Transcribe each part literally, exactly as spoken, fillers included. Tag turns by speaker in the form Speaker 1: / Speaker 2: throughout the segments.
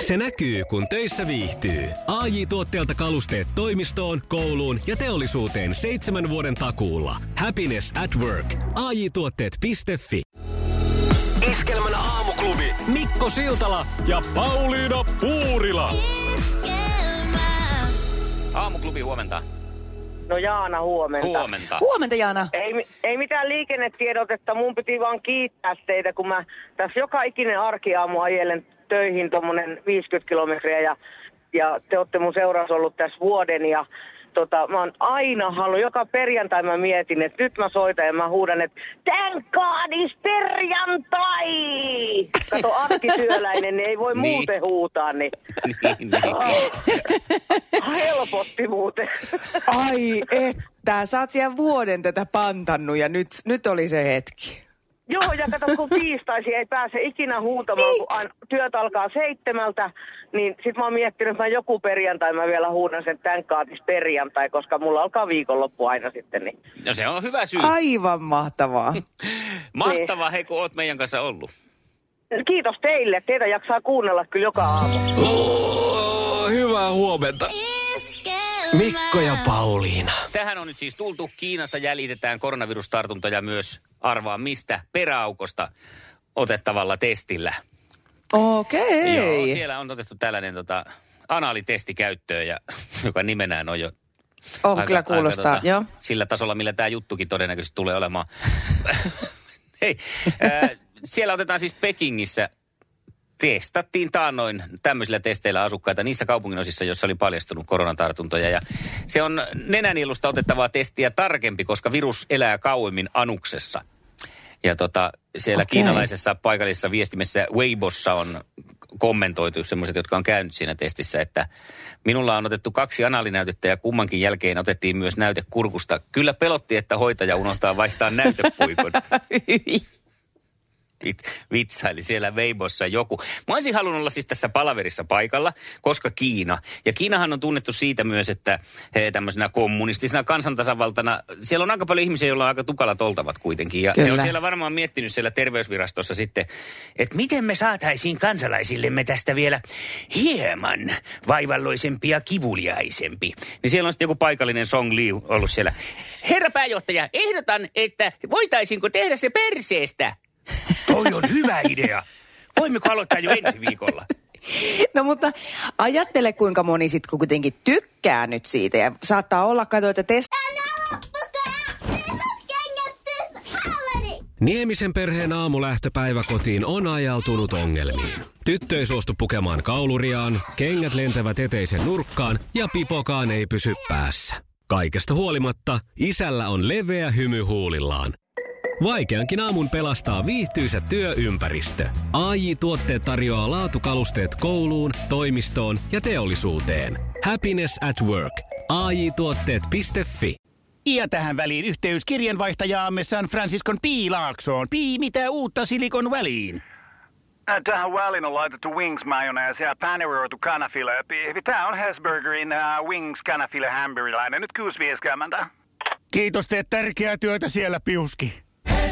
Speaker 1: Se näkyy, kun töissä viihtyy. A J-tuotteelta kalusteet toimistoon, kouluun ja teollisuuteen seitsemän vuoden takuulla. Happiness at work. A J tuotteet piste fi.
Speaker 2: Iskelmän aamuklubi Mikko Siltala ja Pauliina Puurila.
Speaker 3: Iskelmä.
Speaker 4: Aamuklubi, huomenta.
Speaker 5: No Jaana, huomenta.
Speaker 4: Huomenta.
Speaker 6: Huomenta, Jaana.
Speaker 5: Ei, ei mitään liikennetiedotetta, mun piti vaan kiittää teitä, kun mä tässä joka ikinen arkiaamu ajelen töihin tommonen viisikymmentä kilometriä ja, ja te olette mun seurassa ollut tässä vuoden ja tota, mä oon aina halunnut, joka perjantai mä mietin, että nyt mä soitan ja mä huudan, että thank God it's perjantai! Kato, arkkityöläinen, niin ei voi
Speaker 4: niin.
Speaker 5: muuten huutaa, niin,
Speaker 4: niin, niin.
Speaker 5: Oh, helpotti muuten.
Speaker 6: Ai että, sä oot siellä vuoden tätä pantannut ja nyt, nyt oli se hetki.
Speaker 5: Joo, ja kato, kun tiistaisi ei pääse ikinä huutamaan, niin. kun aina, työt alkaa seitsemältä, niin sit mä oon miettinyt, että mä joku perjantai mä vielä huudan sen tän kaatis perjantai, koska mulla alkaa viikonloppu aina sitten. Niin.
Speaker 4: No se on hyvä syy.
Speaker 6: Aivan mahtavaa.
Speaker 4: Mahtavaa, hei kun oot meidän kanssa ollut.
Speaker 5: Kiitos teille, teitä jaksaa kuunnella kyllä joka aamu.
Speaker 2: Oh, hyvää huomenta. Mikko ja Pauliina.
Speaker 4: Tähän on nyt siis tultu. Kiinassa jäljitetään koronavirustartuntoja myös, arvaa mistä, peräaukosta otettavalla testillä.
Speaker 6: Okei.
Speaker 4: Joo, siellä on otettu tällainen tota, anaalitesti käyttöön, ja, joka nimenään on jo
Speaker 6: Oh,
Speaker 4: aika,
Speaker 6: kyllä kuulostaa,
Speaker 4: aika, tota,
Speaker 6: joo.
Speaker 4: sillä tasolla, millä tämä juttukin todennäköisesti tulee olemaan. Hei, äh, siellä otetaan siis Pekingissä, testattiin taannoin tämmöisillä testeillä asukkaita niissä kaupunginosissa, joissa oli paljastunut koronatartuntoja. Ja se on nenänielusta otettavaa testiä tarkempi, koska virus elää kauemmin anuksessa. Ja tota, siellä
Speaker 6: Okei.
Speaker 4: kiinalaisessa paikallisessa viestimessä Weibossa on kommentoitu semmoiset, jotka on käynyt siinä testissä, että minulla on otettu kaksi anaalinäytettä ja kummankin jälkeen otettiin myös näyte kurkusta. Kyllä pelotti, että hoitaja unohtaa vaihtaa näytepuikon. Vitsaili siellä Weibossa joku. Mä olisin halunnut olla siis tässä palaverissa paikalla, koska Kiina. Ja Kiinahan on tunnettu siitä myös, että he, tämmöisenä kommunistisena kansantasavaltana, siellä on aika paljon ihmisiä, joilla on aika tukalat oltavat kuitenkin. Ja
Speaker 6: Kyllä.
Speaker 4: he on siellä varmaan miettinyt siellä terveysvirastossa sitten, että miten me saataisiin kansalaisillemme tästä vielä hieman vaivalloisempi ja kivuliaisempi. Niin siellä on sitten joku paikallinen Song Liu ollut siellä. Herra pääjohtaja, ehdotan, että voitaisinko tehdä se perseestä? Toi on hyvä idea. Voimmeko aloittaa jo ensi viikolla?
Speaker 6: No mutta ajattele, kuinka moni sit kuitenkin tykkää nyt siitä. Ja saattaa olla, kato, että test...
Speaker 1: Niemisen perheen aamulähtöpäivä kotiin on ajautunut ongelmiin. Tyttö ei suostu pukemaan kauluriaan, kengät lentävät eteisen nurkkaan ja pipokaan ei pysy päässä. Kaikesta huolimatta, isällä on leveä hymy huulillaan. Vaikeankin aamun pelastaa viihtyisä työympäristö. A J-tuotteet tarjoaa laatukalusteet kouluun, toimistoon ja teollisuuteen. Happiness at work. A J tuotteet piste fi.
Speaker 7: Ja tähän väliin yhteys kirjanvaihtajaamme San Franciscon Piilaaksoon. Pii, mitä uutta Silikon väliin?
Speaker 8: Tähän väliin on laitettu wings mayonnaise ja paneroitu kanafila. Tämä on Hesburgerin uh, wings kanafila hamburilainen. Nyt kuusi vieskäämäntä.
Speaker 7: Kiitos, teet tärkeää työtä siellä, Piuski.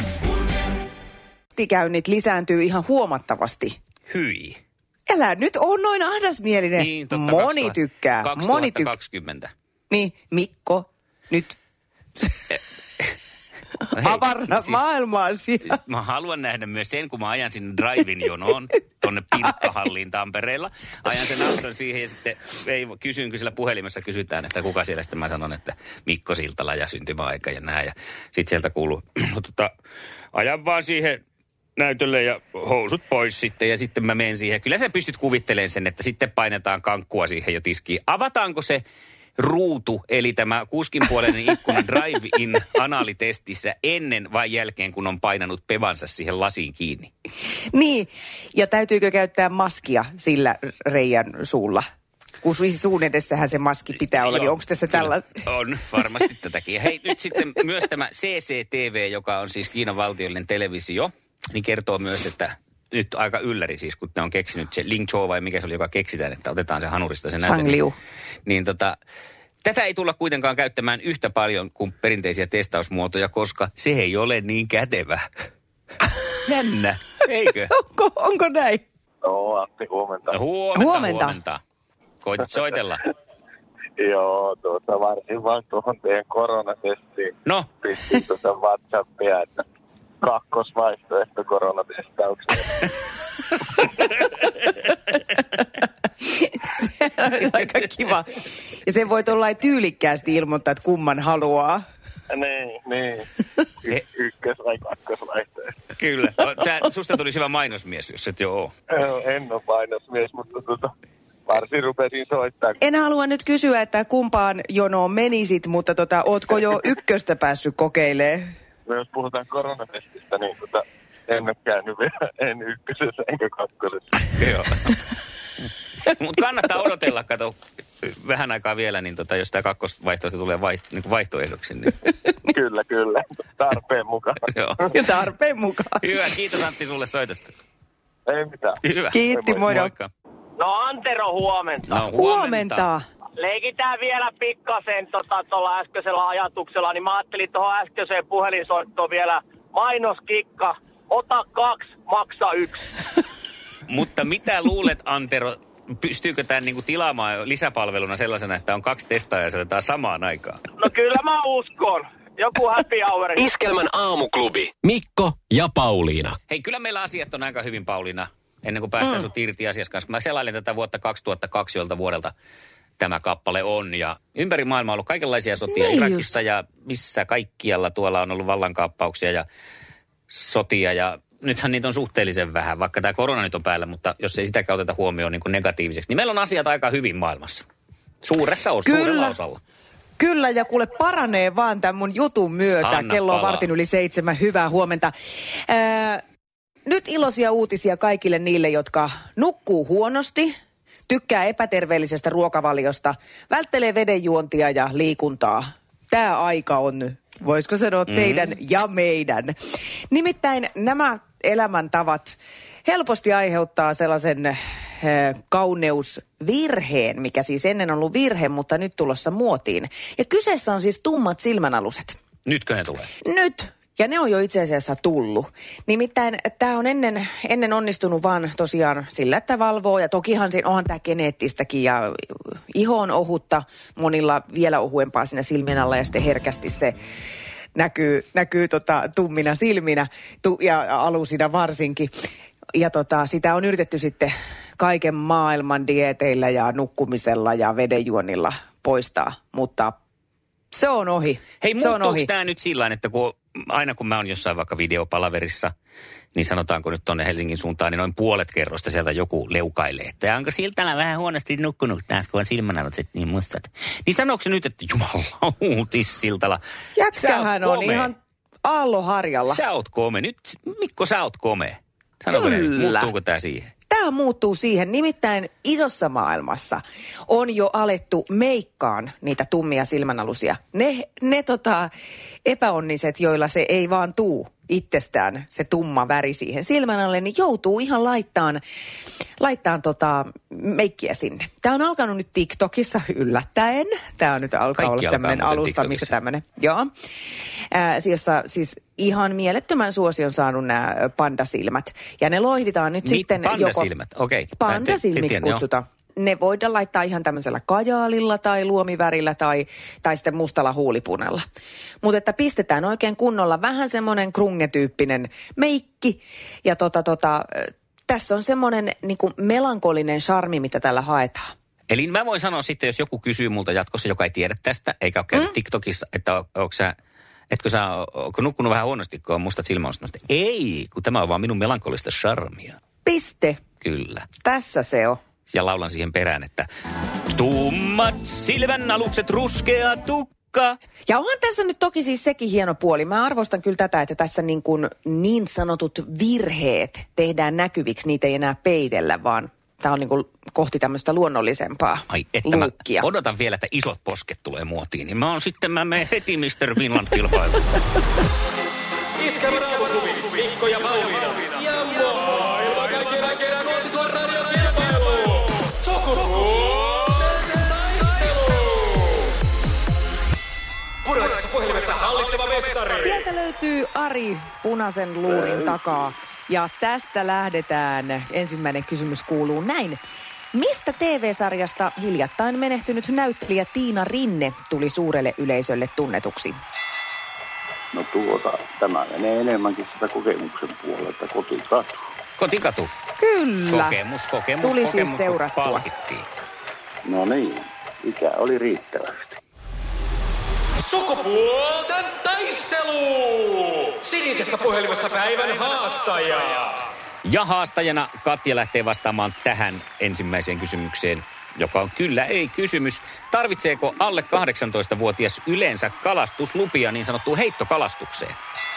Speaker 6: Käynnit lisääntyy ihan huomattavasti.
Speaker 4: Hyi.
Speaker 6: Älä nyt on noin ahdasmielinen.
Speaker 4: Niin, totta,
Speaker 6: Moni
Speaker 4: kaksituhatta
Speaker 6: tykkää. Moni tykkää.
Speaker 4: kaksituhattakaksikymmentä.
Speaker 6: Niin, Mikko, nyt avarra
Speaker 4: siis,
Speaker 6: maailmaasi.
Speaker 4: Siis, mä haluan nähdä myös sen, kun mä ajan sinne drive-in jonoon tonne Pirkkahalliin Tampereella. Ajan sen auton siihen ja sitten ei, kysyn, kun sillä puhelimessa kysytään, että kuka siellä. Sitten mä sanon, että Mikko Siltala ja syntymäaika ja nää. Ja sitten sieltä kuuluu, no tota, ajan vaan siihen näytölle ja housut pois sitten ja sitten mä menen siihen. Kyllä sä pystyt kuvittelemaan sen, että sitten painetaan kankkua siihen jo tiskiin. Avataanko se ruutu, eli tämä kuskinpuoleinen ikkuna drive-in anaalitestissä ennen vai jälkeen, kun on painanut pevansa siihen lasiin kiinni?
Speaker 6: Niin, ja täytyykö käyttää maskia sillä reijän suulla? Kun suun edessähän se maski pitää olla,
Speaker 4: Joo,
Speaker 6: niin onko tässä tällä...
Speaker 4: On varmasti tätäkin. Ja hei, nyt sitten myös tämä C C T V, joka on siis Kiinan valtiollinen televisio, niin kertoo myös, että nyt aika ylläri siis, kun ne on keksinyt se Ling Chou vai mikä se oli, joka keksitään, että otetaan se hanurista se näyte.
Speaker 6: Sang Liu.
Speaker 4: Niin tota, tätä ei tulla kuitenkaan käyttämään yhtä paljon kuin perinteisiä testausmuotoja, koska se ei ole niin kätevä. Jännä, eikö?
Speaker 6: Onko, onko näin?
Speaker 9: No, Antti, huomenta.
Speaker 4: No, huomenta,
Speaker 6: Huomenta.
Speaker 4: huomenta. Koitit soitella?
Speaker 9: Joo, tuota, varsin vaan tuohon teidän koronatestiin.
Speaker 4: No?
Speaker 9: Pistin tuota WhatsAppia, että kakkosvaihtoehto koronatestaukseen.
Speaker 6: Se on aika kiva. Ja sen voit olla tyylikkäästi ilmoittaa, että kumman haluaa.
Speaker 9: Niin, niin. Y- ykkös- vai kakkosvaihtoehto.
Speaker 4: Kyllä. Sä, susta tulisi hyvä mainosmies, jos et jo oo.
Speaker 9: Joo, en ole mainosmies, mutta tuota, varsin rupesin soittaa.
Speaker 6: En halua nyt kysyä, että kumpaan jonoon menisit, mutta tota, ootko jo ykköstä päässyt kokeilemaan?
Speaker 9: No, jos puhutaan koronatestistä, niin tuota, en ole käynyt vielä, en ykkösessä enkä kakkosessa.
Speaker 4: Joo. Mutta kannattaa odotella, kato, vähän aikaa vielä, niin tota, jos tämä kakkosvaihtoehto tulee vai, niin vaihtoehdoksi. Niin...
Speaker 9: Kyllä, kyllä. Tarpeen mukaan.
Speaker 4: Joo.
Speaker 6: Tarpeen mukaan.
Speaker 4: Hyvä, kiitos Antti sulle soitosta.
Speaker 9: Ei mitään.
Speaker 4: Hyvä.
Speaker 6: Kiitti, moido.
Speaker 4: Moikka.
Speaker 5: No Antero, huomenta.
Speaker 4: No,
Speaker 6: Huomenta.
Speaker 5: Leikitään vielä pikkasen tuolla tota, äskeisellä ajatuksella, niin mä ajattelin tuohon äskeiseen puhelinsoittoon vielä mainoskikka. Ota kaksi, maksa yksi.
Speaker 4: Mutta mitä luulet, Antero, pystyykö tämän niinku tilaamaan lisäpalveluna sellaisena, että on kaksi testaajaa ja otetaan samaan aikaan?
Speaker 5: No kyllä mä uskon. Joku happy hour.
Speaker 2: Iskelmän aamuklubi. Mikko ja Pauliina.
Speaker 4: Hei, kyllä meillä asiat on aika hyvin, Pauliina, ennen kuin päästään mm. sut irti asiassa kanssa. Mä selailin tätä vuotta kaksituhattakaksi, jolta vuodelta tämä kappale on. Ja ympäri maailmaa on ollut kaikenlaisia sotia niin Irakissa just. Ja missä kaikkialla tuolla on ollut vallankaappauksia ja sotia. Ja nythän niitä on suhteellisen vähän, vaikka tämä korona nyt on päällä, mutta jos ei sitäkään oteta huomioon niin kuin negatiiviseksi, niin meillä on asiat aika hyvin maailmassa. Suuressa osassa, suurella osalla.
Speaker 6: Kyllä, ja kuule paranee vaan tämän mun jutun myötä.
Speaker 4: Anna
Speaker 6: Kello on
Speaker 4: palaa.
Speaker 6: vartin yli seitsemän. Hyvää huomenta. Ää, nyt iloisia uutisia kaikille niille, jotka nukkuu huonosti, tykkää epäterveellisestä ruokavaliosta, välttelee vedenjuontia ja liikuntaa. Tämä aika on, voisiko sanoa, teidän mm. ja meidän. Nimittäin nämä elämäntavat helposti aiheuttaa sellaisen äh, kauneusvirheen, mikä siis ennen on ollut virhe, mutta nyt tulossa muotiin. Ja kyseessä on siis tummat silmänaluset.
Speaker 4: Nytkö ne tulee?
Speaker 6: Nyt. Ja ne on jo itse asiassa tullut. Nimittäin tämä on ennen, ennen onnistunut vaan tosiaan sillä, että valvoo. Ja tokihan siinä onhan tämä geneettistäkin ja iho on ohutta. Monilla vielä ohuempaa siinä silmien alla ja sitten herkästi se näkyy, näkyy tota tummina silminä tu, ja alusina varsinkin. Ja tota, sitä on yritetty sitten kaiken maailman dieeteillä ja nukkumisella ja vedenjuonnilla poistaa, mutta se on ohi.
Speaker 4: Hei,
Speaker 6: se on
Speaker 4: muuttuuko
Speaker 6: ohi.
Speaker 4: tämä nyt sillain, että kun aina kun mä oon jossain vaikka videopalaverissa, niin sanotaanko nyt tuonne Helsingin suuntaan, niin noin puolet kerrosta sieltä joku leukailee. Että onko Siltala vähän huonosti nukkunut taas, kun on silmänalukset niin mustat. Niin sanooko se nyt, että jumalautis Siltala.
Speaker 6: Jätkähän on komea. Ihan aallonharjalla.
Speaker 4: Sä oot kome. Nyt, Mikko, sä oot kome. Sanoko ne nyt, muuttuuko tää siihen?
Speaker 6: Tämä muuttuu siihen. Nimittäin isossa maailmassa on jo alettu meikkaan niitä tummia silmänalusia. Ne, ne tota, epäonniset, joilla se ei vaan tuu itsestään se tumma väri siihen silmän alle, niin joutuu ihan laittaan, laittaan tota meikkiä sinne. Tämä on alkanut nyt TikTokissa yllättäen. Tämä on nyt alkaa
Speaker 4: Kaikki
Speaker 6: olla tämmöinen alusta, missä tämmöinen, joo. Ää, jossa siis ihan mielettömän suosion saanut nämä pandasilmät. Ja ne loihditaan nyt
Speaker 4: Mi-
Speaker 6: sitten
Speaker 4: pandasilmät,
Speaker 6: joko...
Speaker 4: okei.
Speaker 6: Pandasilmiksi kutsutaan. Ne voidaan laittaa ihan tämmöisellä kajaalilla tai luomivärillä tai, tai sitten mustalla huulipunalla. Mutta että pistetään oikein kunnolla vähän semmoinen krungetyyppinen meikki. Ja tota, tota, tässä on semmoinen niinku melankolinen charmi, mitä tällä haetaan.
Speaker 4: Eli mä voin sanoa sitten, jos joku kysyy multa jatkossa, joka ei tiedä tästä, eikä ole käynyt mm. TikTokissa, että on, onko sä, etkö sä, onko nukkunut vähän huonosti, kun on mustat silmäunasta? Ei, kun tämä on vaan minun melankolista charmia.
Speaker 6: Piste.
Speaker 4: Kyllä.
Speaker 6: Tässä se on.
Speaker 4: Ja laulan siihen perään, että tummat silmän alukset, ruskea tukka.
Speaker 6: Ja onhan tässä nyt toki siis sekin hieno puoli. Mä arvostan kyllä tätä, että tässä niin, kuin niin sanotut virheet tehdään näkyviksi. Niitä ei enää peitellä, vaan tää on niin kuin kohti tämmöistä luonnollisempaa
Speaker 4: Ai, että
Speaker 6: luukkia.
Speaker 4: Mä odotan vielä, että isot posket tulee muotiin. Niin mä oon sitten, mä menen heti mister Finland-kilpailuun.
Speaker 2: Iskelmän aamuklubi, Mikko ja Pauliina. Ja maailman kaikkien aikeen suosituen radiokilpailu. Sukupuolten taistelu. Punaisessa puhelimessa hallitseva mestari.
Speaker 6: Sieltä löytyy Ari punaisen luurin takaa. Ja tästä lähdetään. Ensimmäinen kysymys kuuluu näin. Mistä T V-sarjasta hiljattain menehtynyt näyttelijä Tiina Rinne tuli suurelle yleisölle tunnetuksi?
Speaker 10: No tuota, tämä menee enemmänkin sitä kokemuksen puolelta, kotikatu.
Speaker 4: Kotikatu.
Speaker 6: Kyllä.
Speaker 4: Kokemus, kokemus,
Speaker 6: Tuli
Speaker 4: kokemus.
Speaker 6: siis seurattua.
Speaker 4: Palkittiin.
Speaker 10: No niin, ikä oli riittävästi.
Speaker 2: Sukupuolten taistelu! Sinisessä puhelimessa päivän haastaja.
Speaker 4: Ja haastajana Katja lähtee vastaamaan tähän ensimmäiseen kysymykseen, joka on kyllä ei kysymys. Tarvitseeko alle kahdeksantoistavuotias yleensä kalastuslupia niin sanottuun heittokalastukseen?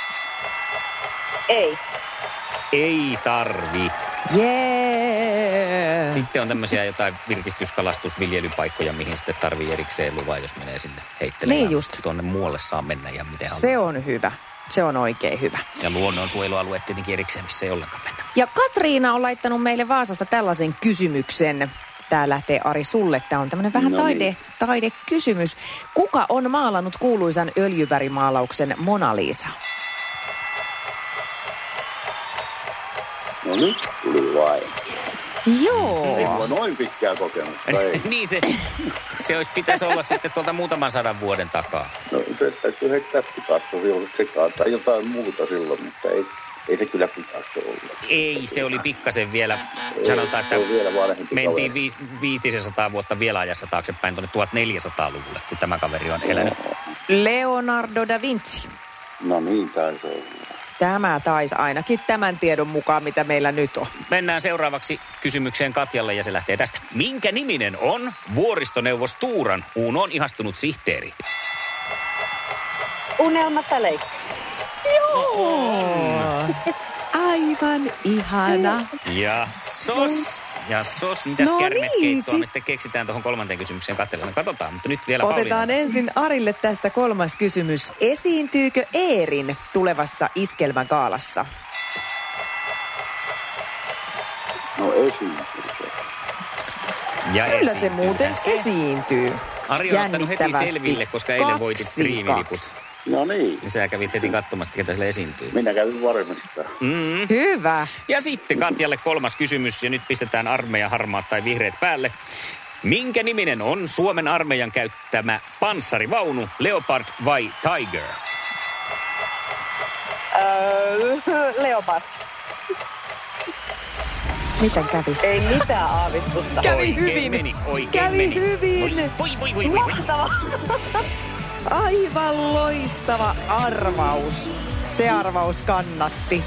Speaker 5: Ei.
Speaker 4: Ei tarvi.
Speaker 6: Jee!
Speaker 4: Sitten on tämmöisiä jotain virkistyskalastusviljelypaikkoja, mihin sitten tarvii erikseen luva, jos menee sinne heittelemään.
Speaker 6: Niin just.
Speaker 4: Tuonne muualle saa mennä ja miten haluaa.
Speaker 6: Se on hyvä. Se on oikein hyvä.
Speaker 4: Ja luonnonsuojelualueet tietenkin erikseen, missä ei ollenkaan mennä.
Speaker 6: Ja Katriina on laittanut meille Vaasasta tällaisen kysymyksen. Tää lähtee Ari sulle. Tää on tämmönen vähän
Speaker 10: No
Speaker 6: taide,
Speaker 10: niin.
Speaker 6: taidekysymys. Kuka on maalannut kuuluisan öljyvärimaalauksen Mona Lisa?
Speaker 10: No nyt tuli vain.
Speaker 6: Joo.
Speaker 10: Ei mulla noin pitkää kokemusta, ei.
Speaker 4: Niin se, se olisi, pitäisi olla sitten tuolta muutaman sadan vuoden takaa.
Speaker 10: No se täytyy heittää Picasso silloin sekaan tai jotain muuta silloin, mutta ei, ei se kyllä Picasso ollut.
Speaker 4: Ei, se oli pikkasen vielä, sanotaan, että
Speaker 10: se on vielä vanhempi
Speaker 4: mentiin
Speaker 10: kaveri.
Speaker 4: vi, viisisataa vuotta vielä ajassa taaksepäin tuonne tuhatneljäsataaluvulle, kun tämä kaveri on elänyt.
Speaker 6: Leonardo da Vinci.
Speaker 10: No niin, taisi olla.
Speaker 6: Tämä taisi ainakin tämän tiedon mukaan, mitä meillä nyt on.
Speaker 4: Mennään seuraavaksi kysymykseen Katjalle ja se lähtee tästä. Minkä niminen on vuoristoneuvos Tuuran Uunoon ihastunut sihteeri?
Speaker 5: Unelmatäleikkä.
Speaker 6: Joo. Aivan ihana.
Speaker 4: Ja sos. Ja sos. Mitäs
Speaker 6: No
Speaker 4: kärmeskeittoa
Speaker 6: niin,
Speaker 4: me
Speaker 6: sit-
Speaker 4: sitten keksitään tuohon kolmanteen kysymykseen Katjalle? No katsotaan, mutta nyt vielä
Speaker 6: Otetaan
Speaker 4: Pauliina.
Speaker 6: ensin Arille tästä kolmas kysymys. Esiintyykö Eerin tulevassa iskelmägaalassa?
Speaker 10: No esiintyy se.
Speaker 4: Ja
Speaker 6: Kyllä se
Speaker 4: esiintyyhän
Speaker 6: muuten
Speaker 4: se.
Speaker 6: esiintyy.
Speaker 4: Ari on ottanut heti
Speaker 6: Jännittävästi.
Speaker 4: selville, koska eilen voitit
Speaker 6: Kaksi,
Speaker 4: striimiliput.
Speaker 6: kaksi.
Speaker 10: No niin,
Speaker 4: Niin sä kävit heti katsomassa, ketä sille esiintyy.
Speaker 10: minä kävin varmistaa.
Speaker 4: Mm.
Speaker 6: Hyvä.
Speaker 4: Ja sitten Katjalle kolmas kysymys, ja nyt pistetään armeija harmaat tai vihreät päälle. Minkä niminen on Suomen armeijan käyttämä panssarivaunu, Leopard vai Tiger?
Speaker 5: Öö, Leopard.
Speaker 6: Miten kävi?
Speaker 5: Ei mitään aavistusta.
Speaker 6: Kävi
Speaker 4: Oikein
Speaker 6: hyvin.
Speaker 4: meni, oikein
Speaker 6: Kävi
Speaker 4: meni.
Speaker 6: hyvin.
Speaker 4: Voi, voi, voi, voi, voi.
Speaker 5: Mahtava.
Speaker 6: Aivan loistava arvaus. Se arvaus kannatti.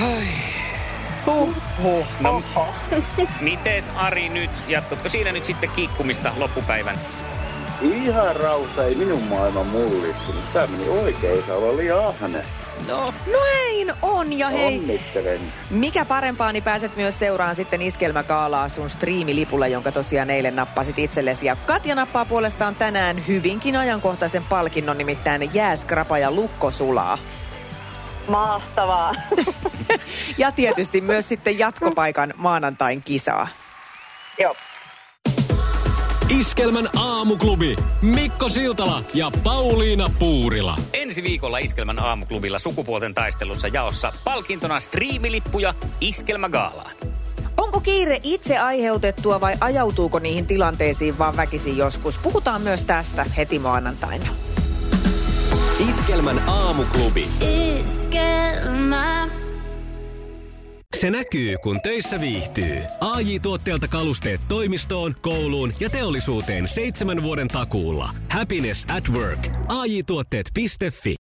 Speaker 6: Huhhuh.
Speaker 4: No, mites Ari nyt? Jatkotko siinä nyt sitten kiikkumista loppupäivän?
Speaker 10: Ihan rauha, ei minun maailman mullistunut. Tämä meni oikein, se oli liian ahne.
Speaker 4: No,
Speaker 6: No näin on ja hei.
Speaker 10: Onnittelen.
Speaker 6: Mikä parempaa, niin pääset myös seuraan sitten iskelmägaalaa sun striimilipulla, jonka tosiaan eilen nappasit itsellesi. Ja Katja nappaa puolestaan tänään hyvinkin ajankohtaisen palkinnon, nimittäin jääskrapa ja lukkosulaa.
Speaker 5: Mahtavaa.
Speaker 6: Ja tietysti myös sitten jatkopaikan maanantain kisaa.
Speaker 5: Joo.
Speaker 1: Iskelmän aamuklubi. Mikko Siltala ja Pauliina Puurila.
Speaker 4: ensi viikolla Iskelmän aamuklubilla sukupuolten taistelussa jaossa palkintona striimilippuja Iskelmägaalaan.
Speaker 6: Onko kiire itse aiheutettua vai ajautuuko niihin tilanteisiin vaan väkisin joskus? Puhutaan myös tästä heti maanantaina.
Speaker 2: Iskelmän aamuklubi.
Speaker 3: Iskelmä.
Speaker 1: Se näkyy, kun töissä viihtyy. A J-tuotteelta kalusteet toimistoon, kouluun ja teollisuuteen seitsemän vuoden takuulla. Happiness at work. A J tuotteet piste fi.